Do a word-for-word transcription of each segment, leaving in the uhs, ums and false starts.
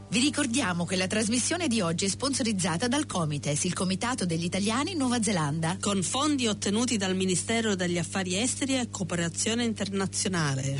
Vi ricordiamo che la trasmissione di oggi è sponsorizzata dal Comites, il Comitato degli Italiani in Nuova Zelanda, con fondi ottenuti dal Ministero degli Affari Esteri e Cooperazione Internazionale.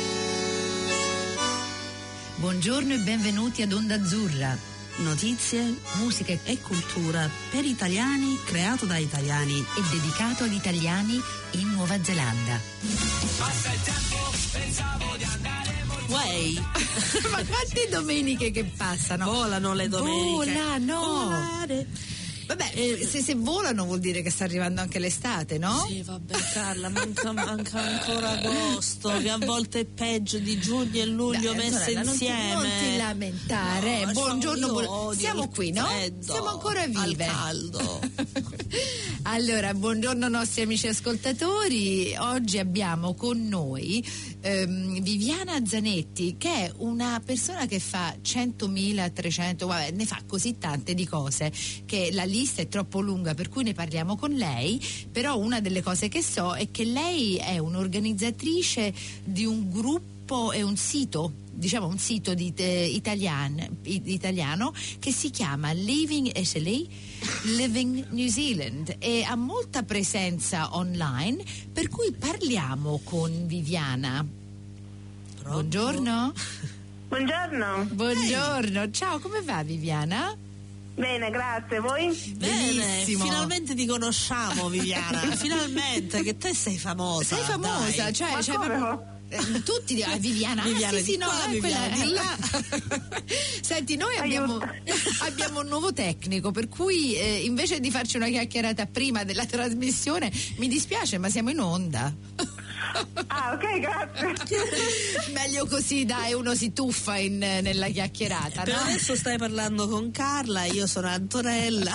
Buongiorno e benvenuti ad Onda Azzurra. Notizie, musica e cultura per italiani, creato da italiani e dedicato agli italiani in Nuova Zelanda. Passa il tempo, pensavo di andare. Way. Ma quante domeniche che passano? Volano le domeniche. Volano. Volare. Vabbè, eh, se, se volano vuol dire che sta arrivando anche l'estate, no? Sì, vabbè Carla, manca, manca ancora agosto, che a volte è peggio di giugno e luglio Dai, messe Antonella, insieme. Non ti, non ti lamentare, No, buongiorno, buon... odio siamo qui, no? freddo, Siamo ancora vive. Al caldo. Allora, buongiorno nostri amici ascoltatori. Oggi abbiamo con noi ehm, Viviana Zanetti, che è una persona che fa centomila, trecento, vabbè, ne fa così tante di cose che la lista è troppo lunga, per cui ne parliamo con lei. Però una delle cose che so è che lei è un'organizzatrice di un gruppo e un sito, diciamo un sito di, eh, italian, italiano che si chiama Living S L A, Living New Zealand, e ha molta presenza online, per cui parliamo con Viviana. Troppo. Buongiorno. Buongiorno. Buongiorno. Hey. Ciao, come va Viviana? Bene, grazie. Voi? Bene, Benissimo. Finalmente ti conosciamo Viviana, finalmente, che te sei famosa. Sei famosa, dai. cioè, Ma cioè come? proprio... Eh, tutti dicono ah, Viviana, Viviana ah, sì, di sì, no, qua, eh, Viviana quella, di là. Senti, noi abbiamo, abbiamo un nuovo tecnico, per cui eh, invece di farci una chiacchierata prima della trasmissione, mi dispiace ma siamo in onda. Ah, ok, grazie. Meglio così, dai, uno si tuffa in, nella chiacchierata, Per no? adesso stai parlando con Carla, io sono Antonella.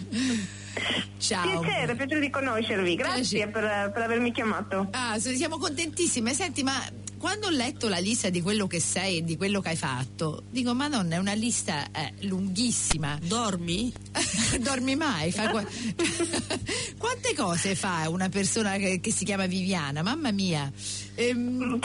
Ciao. Piacere, piacere di conoscervi. Grazie per, per avermi chiamato. Ah, siamo contentissime. Senti, ma quando ho letto la lista di quello che sei e di quello che hai fatto, dico, madonna, è una lista eh, lunghissima. Dormi? Dormi mai? Fa qua... Quante cose fa una persona che, che si chiama Viviana? Mamma mia. Ehm,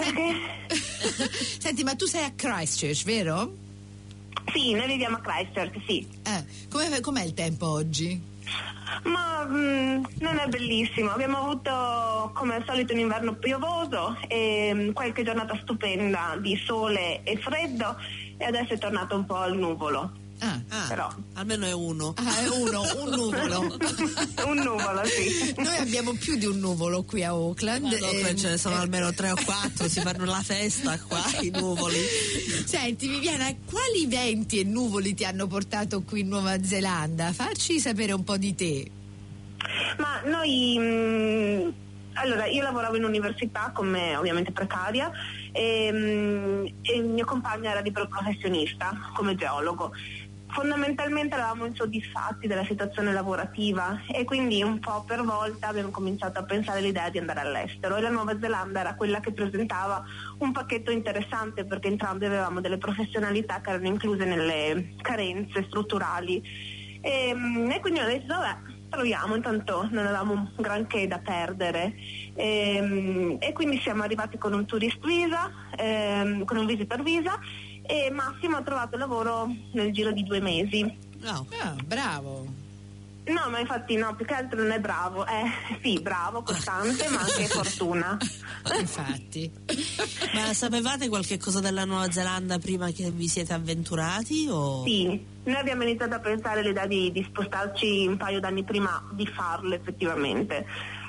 Senti, ma tu sei a Christchurch, vero? Sì, noi viviamo a Christchurch, sì. Eh, com'è, com'è il tempo oggi? Ma mh, non è bellissimo. Abbiamo avuto come al solito un inverno piovoso e mh, qualche giornata stupenda di sole e freddo, e adesso è tornato un po' al nuvolo. Ah, Ah, Però. almeno è uno. ah, è uno, un nuvolo. Un nuvolo, sì. Noi abbiamo più di un nuvolo qui a Auckland. Ma dopo ehm, ce ne sono eh, almeno tre o quattro, si fanno la festa qua, i nuvoli. Senti Viviana, quali venti e nuvoli ti hanno portato qui in Nuova Zelanda? Facci sapere un po' di te. Ma noi mh, allora io lavoravo in università come ovviamente precaria e, mh, e il mio compagno era libero professionista come geologo. Fondamentalmente eravamo insoddisfatti della situazione lavorativa e quindi un po' per volta abbiamo cominciato a pensare all'idea di andare all'estero, e la Nuova Zelanda era quella che presentava un pacchetto interessante, perché entrambi avevamo delle professionalità che erano incluse nelle carenze strutturali e, e quindi ho detto vabbè, proviamo, intanto non avevamo un granché da perdere e, e quindi siamo arrivati con un tourist visa, ehm, con un visitor visa, e Massimo ha trovato lavoro nel giro di due mesi. No. Ah, bravo. No, ma infatti no, più che altro non è bravo, è sì, bravo, costante, ma anche fortuna. Infatti. Ma sapevate qualche cosa della Nuova Zelanda prima che vi siete avventurati? O... Sì, noi abbiamo iniziato a pensare all'idea di, di spostarci un paio d'anni prima di farlo effettivamente.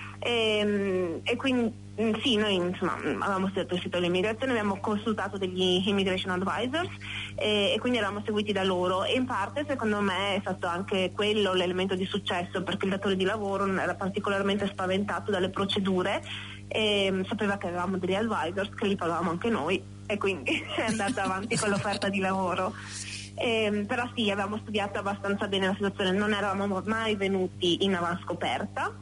E, e quindi sì, noi insomma avevamo studiato il sito dell'immigrazione, abbiamo consultato degli immigration advisors e, e quindi eravamo seguiti da loro, e in parte secondo me è stato anche quello l'elemento di successo, perché il datore di lavoro non era particolarmente spaventato dalle procedure e sapeva che avevamo degli advisors che li pagavamo anche noi, e quindi è andata avanti con l'offerta di lavoro. Eh, però sì, avevamo studiato abbastanza bene la situazione, non eravamo mai venuti in avanscoperta,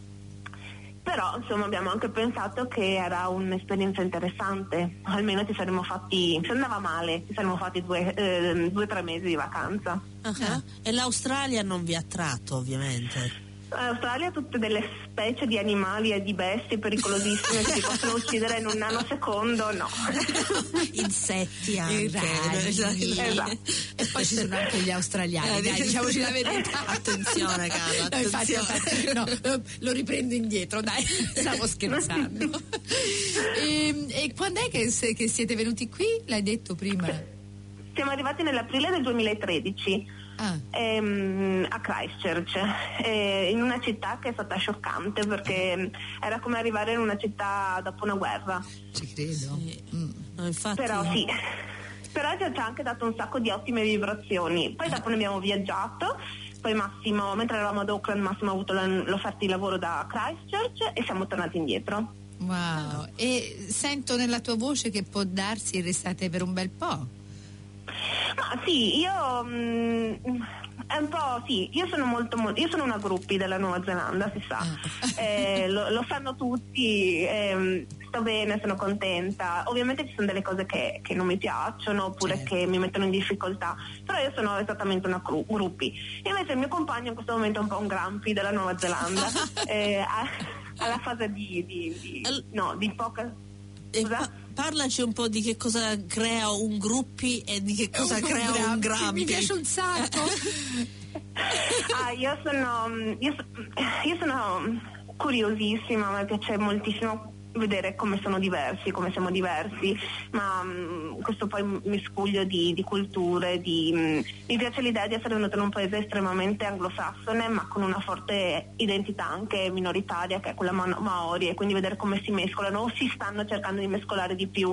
però insomma abbiamo anche pensato che era un'esperienza interessante, almeno ci saremmo fatti, se andava male, ci saremmo fatti due eh, due tre mesi di vacanza. Uh-huh. E l'Australia non vi ha attratto ovviamente? Australia tutte delle specie di animali e di bestie pericolosissime che ti possono uccidere in un nanosecondo, no. Insetti anche. Ragni. Esatto. E poi ci sono anche gli australiani, eh, dai, diciamoci la verità. Attenzione, cara, no, infatti, attenzione. infatti, no, lo riprendo indietro, dai, stavo scherzando. e, e quando è che, che siete venuti qui? L'hai detto prima? Siamo arrivati nell'aprile del duemilatredici. Ah. Ehm, a Christchurch, eh, in una città che è stata scioccante perché era come arrivare in una città dopo una guerra. Ci credo. Sì. Mm. No, infatti... Però sì, però ci ha anche dato un sacco di ottime vibrazioni. Poi dopo ne abbiamo viaggiato, poi Massimo, mentre eravamo ad Auckland, Massimo ha avuto l'offerta di lavoro da Christchurch e siamo tornati indietro. Wow, e sento nella tua voce che può darsi restate per un bel po'. Ma sì, io mh, è un po' sì, io sono molto, molto io sono una groupie della Nuova Zelanda, si sa, eh, lo, lo sanno tutti, ehm, sto bene, sono contenta. Ovviamente ci sono delle cose che, che non mi piacciono oppure certo. che mi mettono in difficoltà, però io sono esattamente una gru- groupie. Invece il mio compagno in questo momento è un po' un grumpy della Nuova Zelanda, eh, alla fase di, di, di no, di poca... Pa- parlaci un po' di che cosa crea un gruppi e di che cosa un crea grampi. un grampi. Mi piace un sacco. ah, io sono io, io sono curiosissima, mi piace moltissimo vedere come sono diversi, come siamo diversi, ma mh, questo poi miscuglio di, di culture, di, mh, mi piace l'idea di essere venuta in un paese estremamente anglosassone ma con una forte identità anche minoritaria che è quella ma- maori e quindi vedere come si mescolano o si stanno cercando di mescolare di più,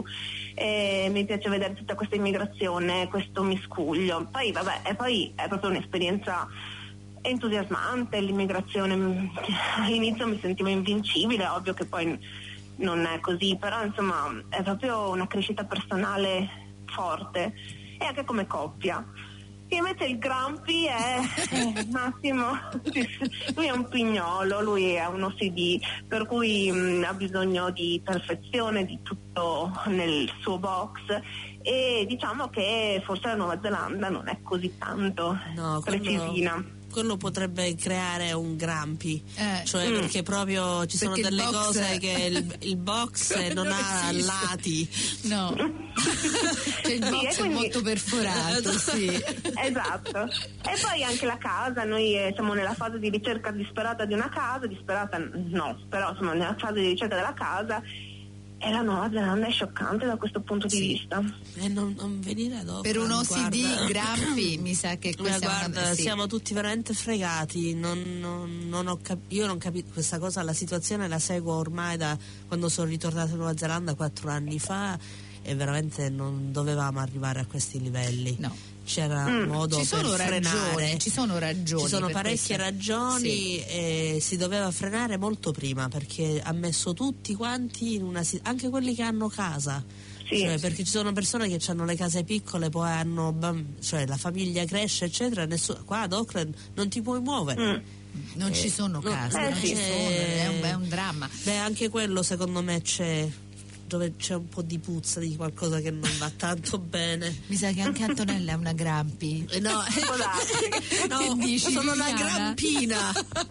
e mi piace vedere tutta questa immigrazione, questo miscuglio. Poi vabbè, e poi è proprio un'esperienza entusiasmante l'immigrazione. All'inizio mi sentivo invincibile, ovvio che poi non è così, però insomma è proprio una crescita personale forte e anche come coppia. E invece il Grumpy è eh, Massimo, lui è un pignolo, lui è un O C D, per cui mh, ha bisogno di perfezione, di tutto nel suo box, e diciamo che forse la Nuova Zelanda non è così tanto no, precisina. Quello... quello potrebbe creare un grampi, eh, cioè mm. perché proprio ci sono perché delle box... cose che il, il box non, non ha esiste. lati, no, cioè il box sì, quindi... è molto perforato, sì. Esatto. E poi anche la casa, noi eh, siamo nella fase di ricerca disperata di una casa, disperata no, però insomma nella fase di ricerca della casa. E la Nuova Zelanda è scioccante da questo punto sì. di vista. E non, non venire dopo. Per un O C D Grampi mi sa che questa eh, guarda, una... sì. siamo tutti veramente fregati. Non, non, non ho cap- io non capisco questa cosa, la situazione la seguo ormai da quando sono ritornata in Nuova Zelanda quattro anni fa e veramente non dovevamo arrivare a questi livelli. No. C'era mm, modo ci sono per frenare, ragioni, ci sono ragioni, ci sono parecchie questa... ragioni sì. E si doveva frenare molto prima perché ha messo tutti quanti in una anche quelli che hanno casa. Sì. Cioè, perché ci sono persone che hanno le case piccole, poi hanno cioè la famiglia cresce eccetera, nessuno, qua ad Auckland non ti puoi muovere. Mm. Non eh, ci sono case, eh, non ci sono, è un, è un dramma. Beh, anche quello secondo me c'è, dove c'è un po' di puzza di qualcosa che non va tanto bene. Mi sa che anche Antonella è una Grampi. No, no, dici, sono Viviana? una grampina.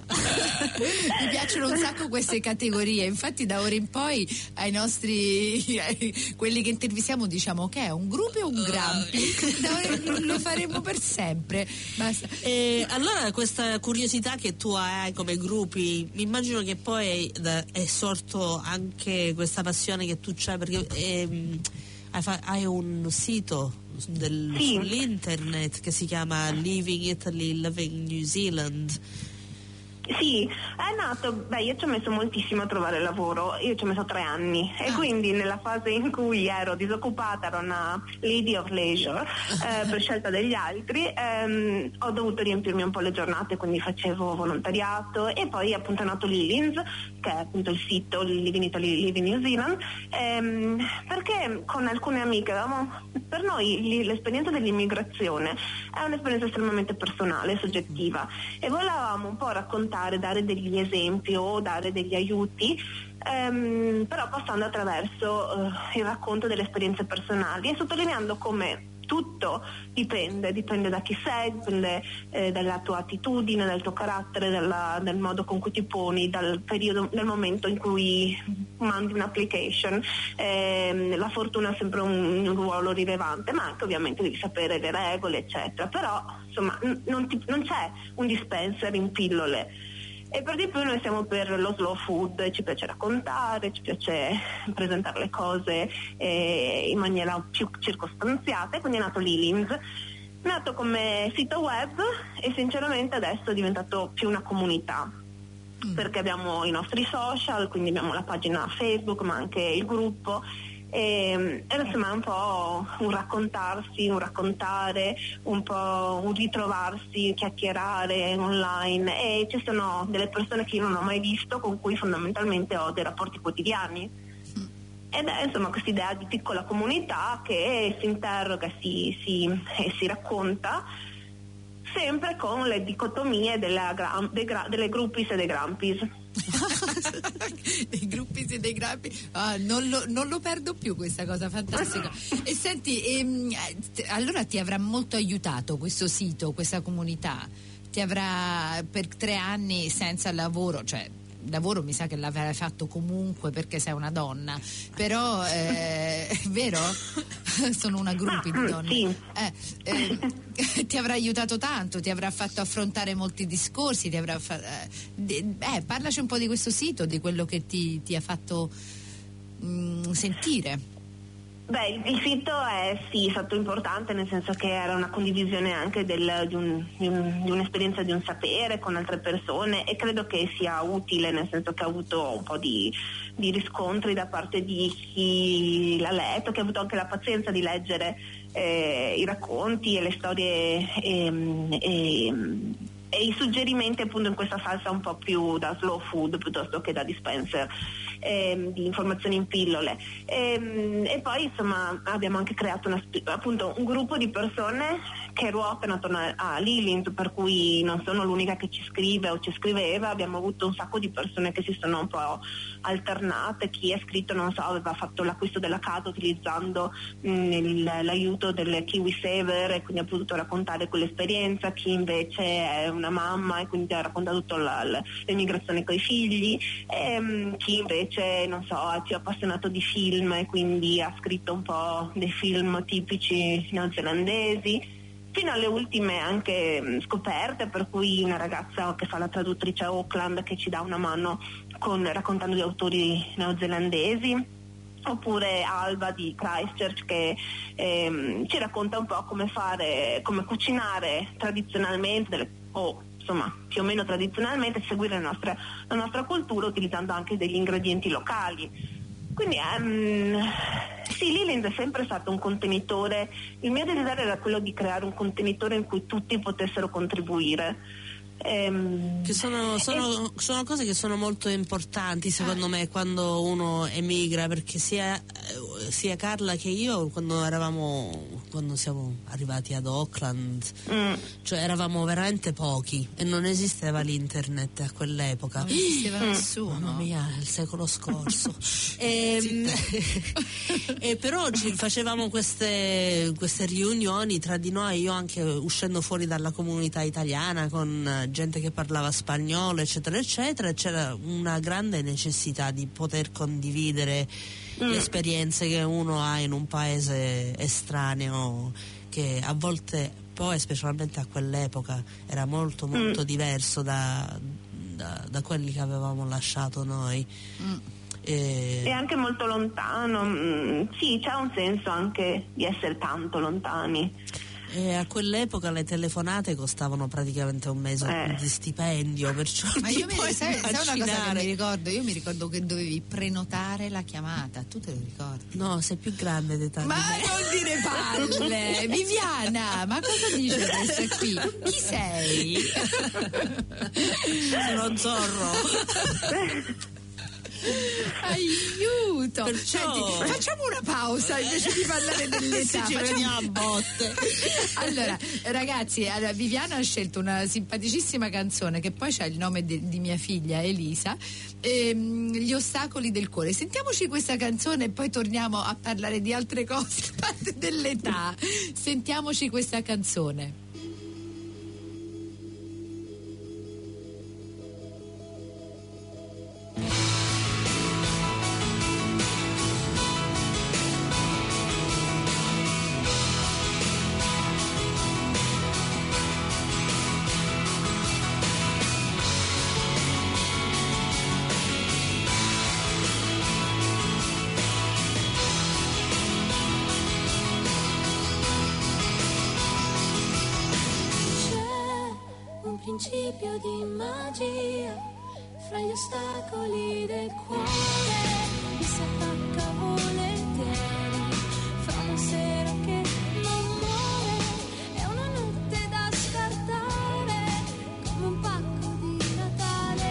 Mi piacciono un sacco queste categorie, infatti da ora in poi ai nostri ai, quelli che intervistiamo diciamo che è un gruppo o un Grampi, da ora lo faremo per sempre. Basta. E allora questa curiosità che tu hai come gruppi, immagino che poi è, è sorto anche questa passione che tu c'hai perché ehm, hai, fa- hai un sito del, sì. sull'internet che si chiama Living Italy, Living New Zealand. Sì, è nato, beh io ci ho messo moltissimo a trovare lavoro, io ci ho messo tre anni e quindi nella fase in cui ero disoccupata, ero una lady of leisure eh, per scelta degli altri, ehm, ho dovuto riempirmi un po' le giornate, quindi facevo volontariato e poi appunto è nato Lillins, che è appunto il sito Living Italy, Living New Zealand, ehm, perché con alcune amiche avevamo, per noi l'esperienza dell'immigrazione è un'esperienza estremamente personale, soggettiva e volevamo un po' raccontare, dare degli esempi o dare degli aiuti, ehm, però passando attraverso eh, il racconto delle esperienze personali e sottolineando come tutto dipende, dipende da chi sei, dipende eh, dalla tua attitudine, dal tuo carattere, dalla, del modo con cui ti poni, dal periodo, dal momento in cui mandi un'application. Eh, la fortuna è sempre un, un ruolo rilevante, ma anche ovviamente devi sapere le regole, eccetera. Però insomma n- non, ti, non c'è un dispenser in pillole. E per di più noi siamo per lo slow food, ci piace raccontare, ci piace presentare le cose eh, in maniera più circostanziata, e quindi è nato Lilins, nato come sito web e sinceramente adesso è diventato più una comunità, mm. perché abbiamo i nostri social, quindi abbiamo la pagina Facebook ma anche il gruppo. E, e insomma è un po' un raccontarsi, un raccontare, un po' un ritrovarsi, chiacchierare online, e ci sono delle persone che io non ho mai visto, con cui fondamentalmente ho dei rapporti quotidiani. Ed è insomma questa idea di piccola comunità che si interroga si, si, e si racconta, sempre con le dicotomie della, dei, delle groupies e dei grumpis. Dei gruppi e dei grappi, ah, non, lo, non lo perdo più questa cosa fantastica. E senti, ehm, allora ti avrà molto aiutato questo sito, questa comunità, ti avrà per tre anni senza lavoro, cioè lavoro mi sa che l'avrai fatto comunque perché sei una donna, però eh, è vero? Sono una gruppi di donne. Sì. Eh, eh, ti avrà aiutato tanto, ti avrà fatto affrontare molti discorsi, ti avrà fa- eh, eh, parlaci un po' di questo sito, di quello che ti, ti ha fatto mh, sentire. Beh, il, il sito è sì, è stato importante, nel senso che era una condivisione anche del, di, un, di, un, di un'esperienza, di un sapere con altre persone, e credo che sia utile, nel senso che ha avuto un po' di, di riscontri da parte di chi l'ha letto, che ha avuto anche la pazienza di leggere eh, i racconti e le storie e, e, e i suggerimenti appunto in questa salsa un po' più da slow food piuttosto che da dispenser eh, di informazioni in pillole. E, e poi insomma abbiamo anche creato una, appunto un gruppo di persone che ruotano attorno a Lilins, per cui non sono l'unica che ci scrive o ci scriveva, abbiamo avuto un sacco di persone che si sono un po' alternate, chi ha scritto, non so, aveva fatto l'acquisto della casa utilizzando mh, il, l'aiuto del KiwiSaver e quindi ha potuto raccontare quell'esperienza, chi invece è una mamma e quindi ha raccontato tutta la, la, l'emigrazione con i figli, e, mh, chi invece, non so, è più appassionato di film e quindi ha scritto un po' dei film tipici neozelandesi, fino alle ultime anche mh, scoperte, per cui una ragazza che fa la traduttrice a Auckland che ci dà una mano con, raccontando di autori neozelandesi, oppure Alba di Christchurch che ehm, ci racconta un po' come fare, come cucinare tradizionalmente delle, o insomma più o meno tradizionalmente, seguire la nostra, la nostra cultura utilizzando anche degli ingredienti locali. Quindi um, sì, Lilins è sempre stato un contenitore, il mio desiderio era quello di creare un contenitore in cui tutti potessero contribuire. Ehm, che sono, sono, e... sono cose che sono molto importanti secondo ah. me quando uno emigra, perché sia, sia Carla che io quando eravamo quando siamo arrivati ad Auckland mm. cioè eravamo veramente pochi e non esisteva l'internet a quell'epoca, non esisteva mm. nessuno, mamma mia, il secolo scorso e, e però ci facevamo queste, queste riunioni tra di noi, io anche uscendo fuori dalla comunità italiana con gente che parlava spagnolo eccetera eccetera, c'era una grande necessità di poter condividere mm. le esperienze che uno ha in un paese estraneo, che a volte poi specialmente a quell'epoca era molto molto mm. diverso da, da, da quelli che avevamo lasciato noi. mm. E... è anche molto lontano, mm, sì, c'è un senso anche di essere tanto lontani. E a quell'epoca le telefonate costavano praticamente un mese eh. di stipendio, perciò ma io mi, sai, sai una cosa che mi ricordo? Io mi ricordo che dovevi prenotare la chiamata, tu te lo ricordi? No, sei più grande di tanto. Ma non dire palle! Viviana, ma cosa dici questa qui? Chi sei? Sono Zorro. Aiuto. Perciò... Senti, facciamo una pausa invece di parlare dell'età. Sì, ci facciamo... vediamo a botte. Allora, ragazzi, allora, Viviana ha scelto una simpaticissima canzone che poi c'ha il nome de- di mia figlia Elisa, ehm, Gli ostacoli del cuore. Sentiamoci questa canzone e poi torniamo a parlare di altre cose a parte dell'età. Sentiamoci questa canzone. Principio di magia fra gli ostacoli del cuore, mi si attacca volentieri fra una sera che non muore e una notte da scartare come un pacco di Natale.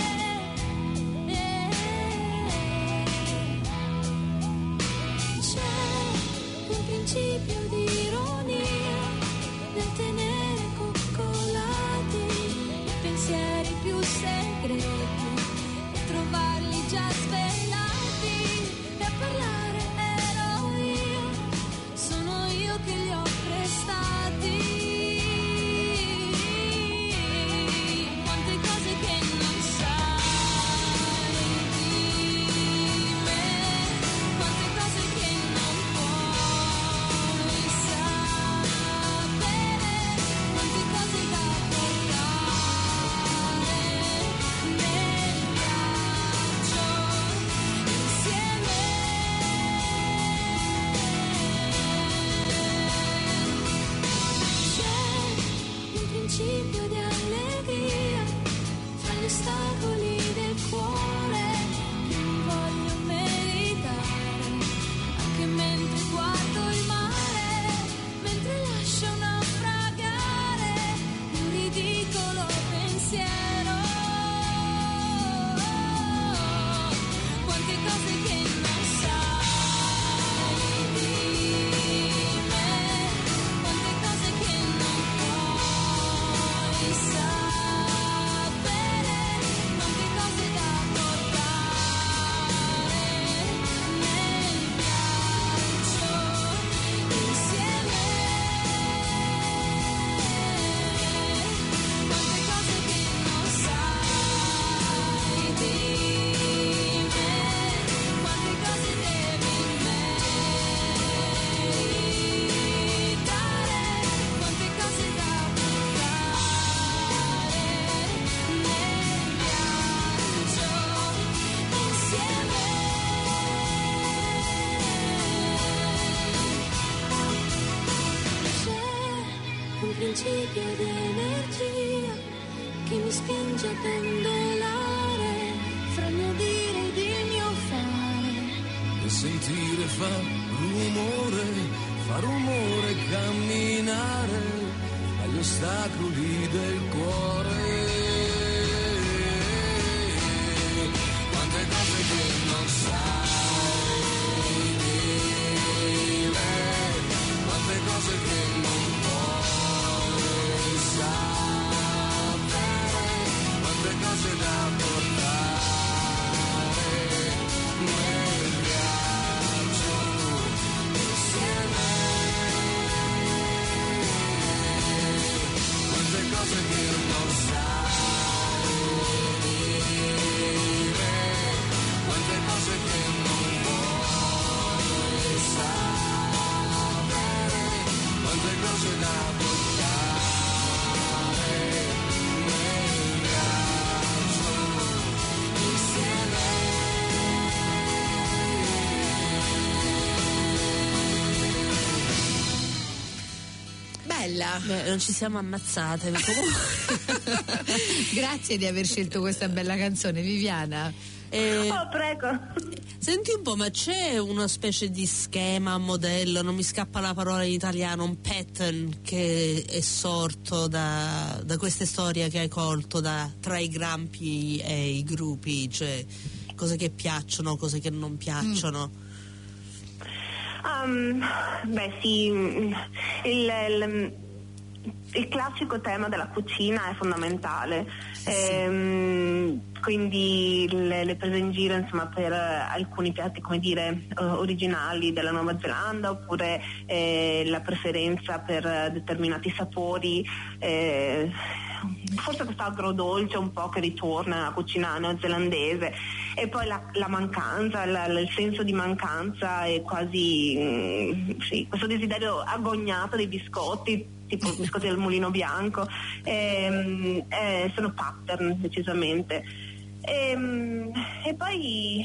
C'è un principio di ironia nel tenere coccolati pensieri più segreti e trovarli già svelati e a parlare ero io, sono io che li ho prestati. Quante cose che non sai di me, quante cose che non puoi sapere, quante cose da principio di allegria fra gli ostacoli del cuore che mi voglio meritare anche mentre guardo il mare, mentre lascio naufragare un ridicolo pensiero. Quante cose che non sai di me, quante cose che non puoi sapere, quante cose da portare nel viaggio insieme, quante cose che non sai di me, quante cose devi meritare, quante cose da portare nel viaggio insieme. C'è un principio di energia che mi spinge a pendolare fra il mio dire ed il mio fare. E sentire fa rumore, fa rumore camminare agli ostacoli del cuore. Quante cose che non sai di me, quante cose che non puoi sapere, quante cose da portare nel viaggio insieme, quante cose che non sai di me, quante cose che non puoi sapere, quante cose da portare nel viaggio insieme. Bella. Beh, non ci siamo ammazzate comunque. Grazie di aver scelto questa bella canzone, Viviana. Eh, Oh, prego. Senti un po', ma c'è una specie di schema, modello, non mi scappa la parola in italiano, un pattern che è sorto da, da queste storie che hai colto da, tra i grampi e i gruppi, cioè cose che piacciono, cose che non piacciono. Um, beh sì, il, il, il classico tema della cucina è fondamentale, sì. ehm, quindi le, le prese in giro insomma per alcuni piatti, come dire, originali della Nuova Zelanda, oppure eh, la preferenza per determinati sapori, eh, forse questo agrodolce un po' che ritorna nella cucina neozelandese, e poi la, la mancanza, la, il senso di mancanza e quasi mh, sì, questo desiderio agognato dei biscotti, tipo i biscotti del Mulino Bianco, ehm, eh, sono pattern decisamente. Ehm, e poi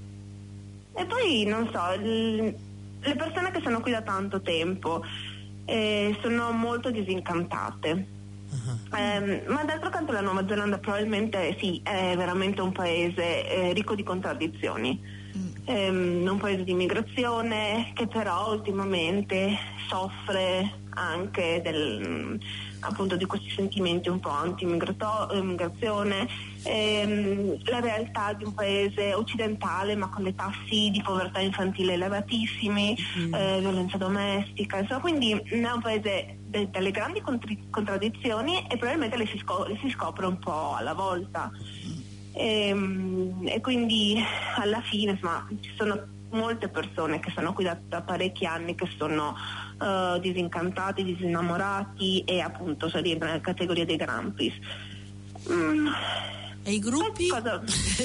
e poi non so, il, le persone che sono qui da tanto tempo eh, sono molto disincantate. Uh-huh. Eh, ma d'altro canto la Nuova Zelanda probabilmente sì, è veramente un paese eh, ricco di contraddizioni, mm. eh, un paese di immigrazione che però ultimamente soffre anche del, appunto di questi sentimenti un po' anti-immigrazione, ehm, la realtà di un paese occidentale ma con dei tassi di povertà infantile elevatissimi, mm. eh, violenza domestica, insomma, quindi è un paese de- delle grandi contri- contraddizioni e probabilmente le si, scop- le si scopre un po' alla volta, e, e quindi alla fine insomma ci sono molte persone che sono qui da, da parecchi anni che sono uh, disincantati, disinnamorati e appunto si rientra nella categoria dei Grumpis. Mm. E i gruppi? Cosa...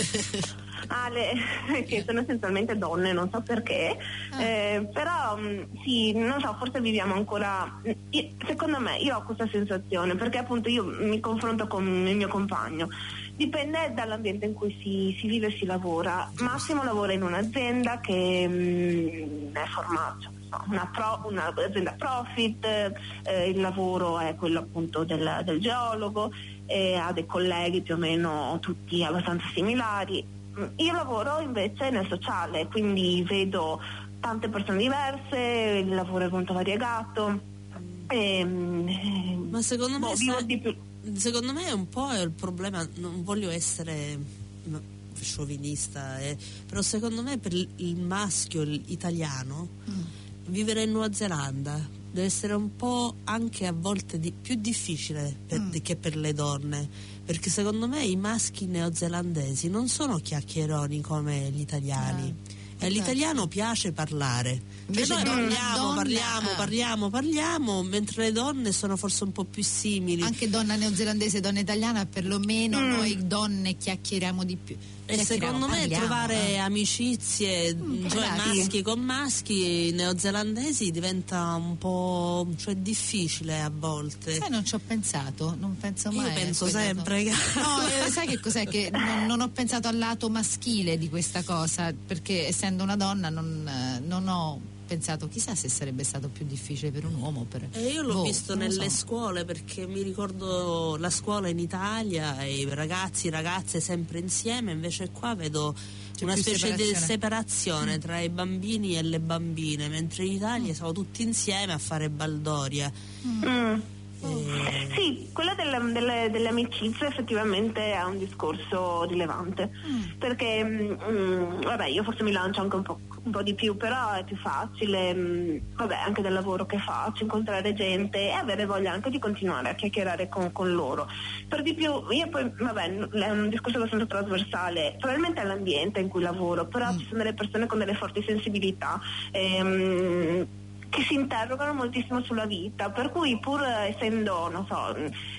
ah, le... che sono essenzialmente donne, non so perché, ah. eh, però mh, sì, non so, forse viviamo ancora, io, secondo me, io ho questa sensazione, perché appunto io mi confronto con il mio compagno. Dipende dall'ambiente in cui si, si vive e si lavora. Massimo lavora in un'azienda che mh, è formata, cioè, una pro, un'azienda profit, eh, il lavoro è quello appunto del, del geologo, e ha dei colleghi più o meno tutti abbastanza similari. Io lavoro invece nel sociale, quindi vedo tante persone diverse, il lavoro è molto variegato. E, Ma secondo boh, me vivo se... di più. Secondo me è un po' il problema, non voglio essere sciovinista, eh, però secondo me per il maschio il italiano mm. vivere in Nuova Zelanda deve essere un po' anche a volte di, più difficile per, mm. che per le donne, perché secondo me i maschi neozelandesi non sono chiacchieroni come gli italiani. Ah. E all'italiano piace parlare, cioè noi parliamo, donna, parliamo, parliamo, parliamo, mentre le donne sono forse un po' più simili. Anche donna neozelandese e donna italiana, perlomeno mm. noi donne chiacchieriamo di più. E secondo me parliamo, trovare eh. amicizie, mm, cioè maschi con maschi neozelandesi diventa un po', cioè difficile a volte. Sai, non ci ho pensato, non penso mai. Io penso sempre che... No, eh, sai che cos'è? Che non, non ho pensato al lato maschile di questa cosa, perché essendo una donna non, non ho pensato chissà se sarebbe stato più difficile per un uomo. Per... E io l'ho boh, visto nelle so. scuole, perché mi ricordo la scuola in Italia e i ragazzi, ragazze sempre insieme, invece qua vedo C'è una specie separazione. di separazione mm. tra i bambini e le bambine, mentre in Italia mm. siamo tutti insieme a fare baldoria. Mm. Eh... Sì, quella delle, delle, delle amicizie effettivamente è un discorso rilevante, mm. perché mh, vabbè, io forse mi lancio anche un po', un po' di più, però è più facile, mh, vabbè, anche del lavoro che faccio, incontrare gente e avere voglia anche di continuare a chiacchierare con, con loro. Per di più, io poi, vabbè, è un discorso abbastanza trasversale, probabilmente è l'ambiente in cui lavoro, però mm. ci sono delle persone con delle forti sensibilità ehm, che si interrogano moltissimo sulla vita, per cui pur essendo, non so,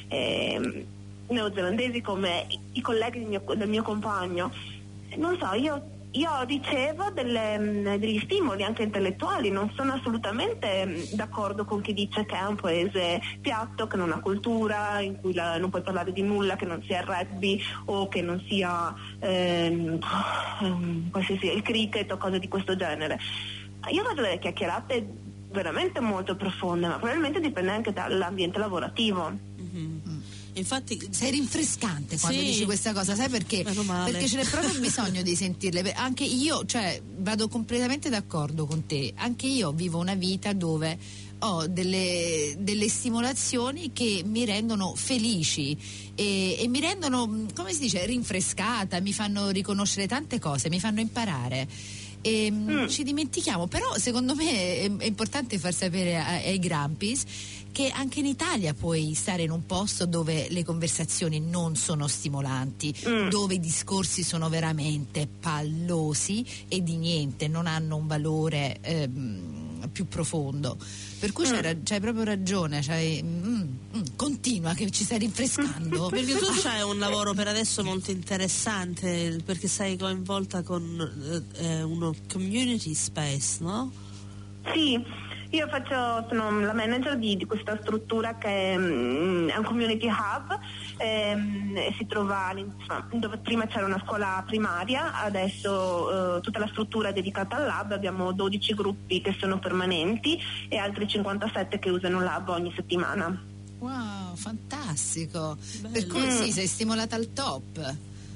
eh, neozelandesi come i colleghi del mio, del mio compagno, non so, io, io ricevo delle, degli stimoli anche intellettuali, non sono assolutamente d'accordo con chi dice che è un paese piatto, che non ha cultura, in cui la, non puoi parlare di nulla che non sia il rugby o che non sia ehm, qualsiasi, il cricket o cose di questo genere. Io vedo delle chiacchierate veramente molto profonde, ma probabilmente dipende anche dall'ambiente lavorativo. Mm-hmm. Infatti sei rinfrescante quando sì, dici questa cosa, sai perché? Perché ce n'è proprio bisogno di sentirle. Anche io, cioè, vado completamente d'accordo con te. Anche io vivo una vita dove ho delle, delle stimolazioni che mi rendono felici e, e mi rendono, come si dice, rinfrescata, mi fanno riconoscere tante cose, mi fanno imparare. E, mm. ci dimentichiamo, però secondo me è, è importante far sapere ai, ai Grampis che anche in Italia puoi stare in un posto dove le conversazioni non sono stimolanti, mm. dove i discorsi sono veramente pallosi e di niente, non hanno un valore ehm, più profondo. Per cui mm. c'hai, c'hai proprio ragione, c'hai, mm, mm, continua che ci stai rinfrescando. Perché tu c'hai un lavoro per adesso molto interessante, perché sei coinvolta con eh, uno community space, no? Sì. Io faccio, sono la manager di, di questa struttura che mm, è un community hub ehm, e si trova dove prima c'era una scuola primaria, adesso eh, tutta la struttura è dedicata al lab, abbiamo dodici gruppi che sono permanenti e altri cinquantasette che usano il lab ogni settimana. Wow, fantastico! Bello. Per cui Mm. sì, sei stimolata al top.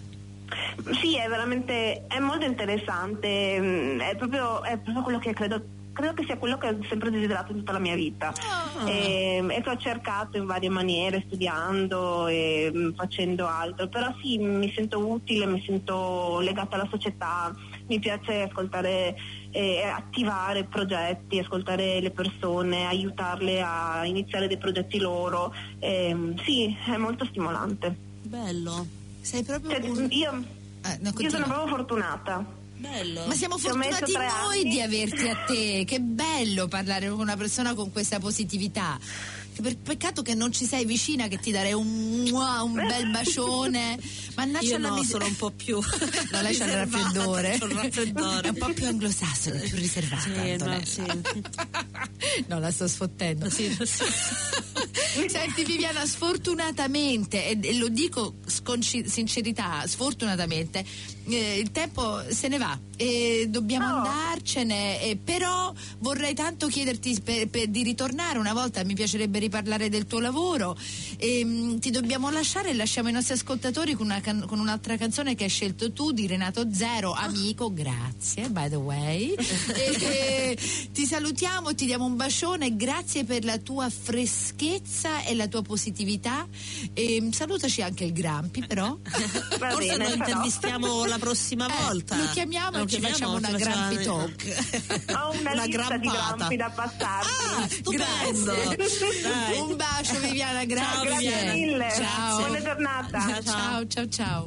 Sì, è veramente, è molto interessante, mm, è proprio, è proprio quello che credo credo che sia quello che ho sempre desiderato in tutta la mia vita. Oh. e, e che ho cercato in varie maniere, studiando e mh, facendo altro, però sì, mi sento utile, mi sento legata alla società, mi piace ascoltare e attivare progetti, ascoltare le persone, aiutarle a iniziare dei progetti loro. E, sì, è molto stimolante. Bello. Sei proprio Cioè, un... io, Eh, no, io sono continua. proprio fortunata. Bello. Ma siamo Ci ho messo fortunati tre noi anni. di averti a te, che bello parlare con una persona con questa positività. Che per peccato che non ci sei vicina, che ti darei un, mua, un bel bacione. Mannaggia Io la no, mis- sono un po' più No, lei c'ha il riservata, raffreddore. c'ho il raffreddore. È un po' più anglosassone, più riservata, Sì, no, Antonella. sì. No, la sto sfottendo. Sì, sì. Senti Viviana, sfortunatamente, e, e lo dico con ci- sincerità, sfortunatamente, eh, il tempo se ne va e dobbiamo Oh. andarcene, eh, però vorrei tanto chiederti per, per- di ritornare una volta, mi piacerebbe riparlare del tuo lavoro. E, mh, ti dobbiamo lasciare e lasciamo i nostri ascoltatori con, una can- con un'altra canzone che hai scelto tu di Renato Zero, Amico, grazie by the way. e, e, ti salutiamo, ti diamo un bacione, grazie per la tua freschezza e la tua positività. E, salutaci anche il Grampi però. Va Forse bene, lo farò. intervistiamo la prossima Eh, volta. lo chiamiamo e ci facciamo una Grampi talk. Ho una, Una lista di grampata. grampi da passarti. Ah, stupendo. Grazie. Dai. Un bacio Viviana, grazie. Grazie mille. Ciao. Buona giornata. Ciao, Ciao, ciao, ciao.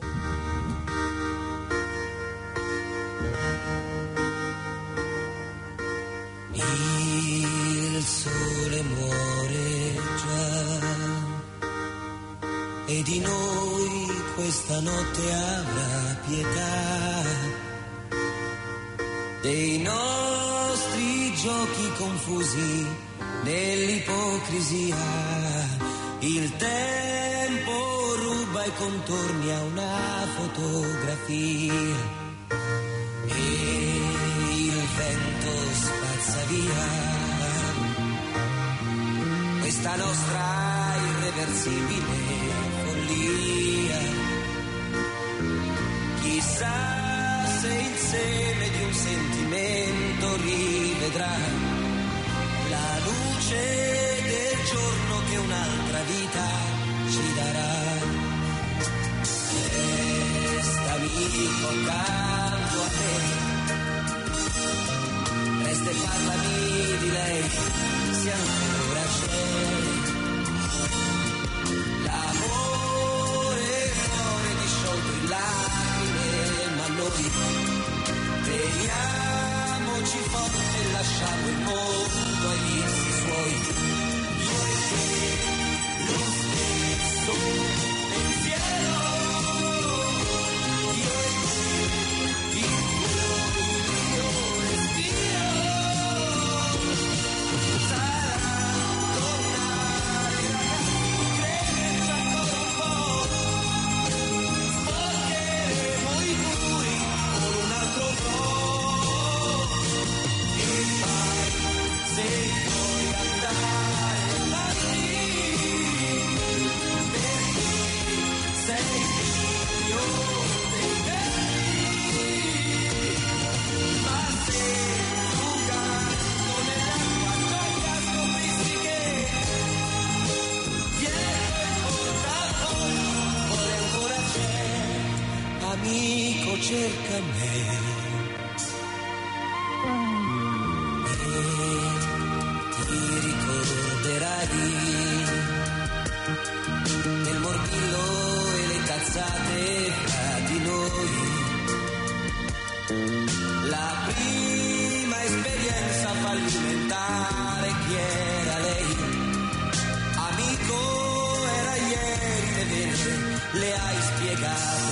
Il sole muore già e di noi questa notte avrà pietà, dei nostri giochi confusi nell'ipocrisia. Il tempo ruba i contorni a una fotografia e il vento spazza via questa nostra irreversibile follia. Chissà se il seme di un sentimento rivedrà la luce del giorno che un'altra vita ci darà. Restami accanto a te, resta e parlami di lei, se ancora c'è. L'amore non è disciolto in lacrime, ma noi teniamoci forte e lasciamo il mondo ai vizi suoi. Io e te, lo stesso pensiero, io e te, il tuo respiro, sarà tornare ragazzi, crederci ancora un po', sporcheremo i muri con un altro po', e fai se poi cerca me. E ti ricorderai del morbillo e le cazzate fra di noi. La prima esperienza fallimentare, chi era lei? Amico, era ieri, le vere, le hai spiegato.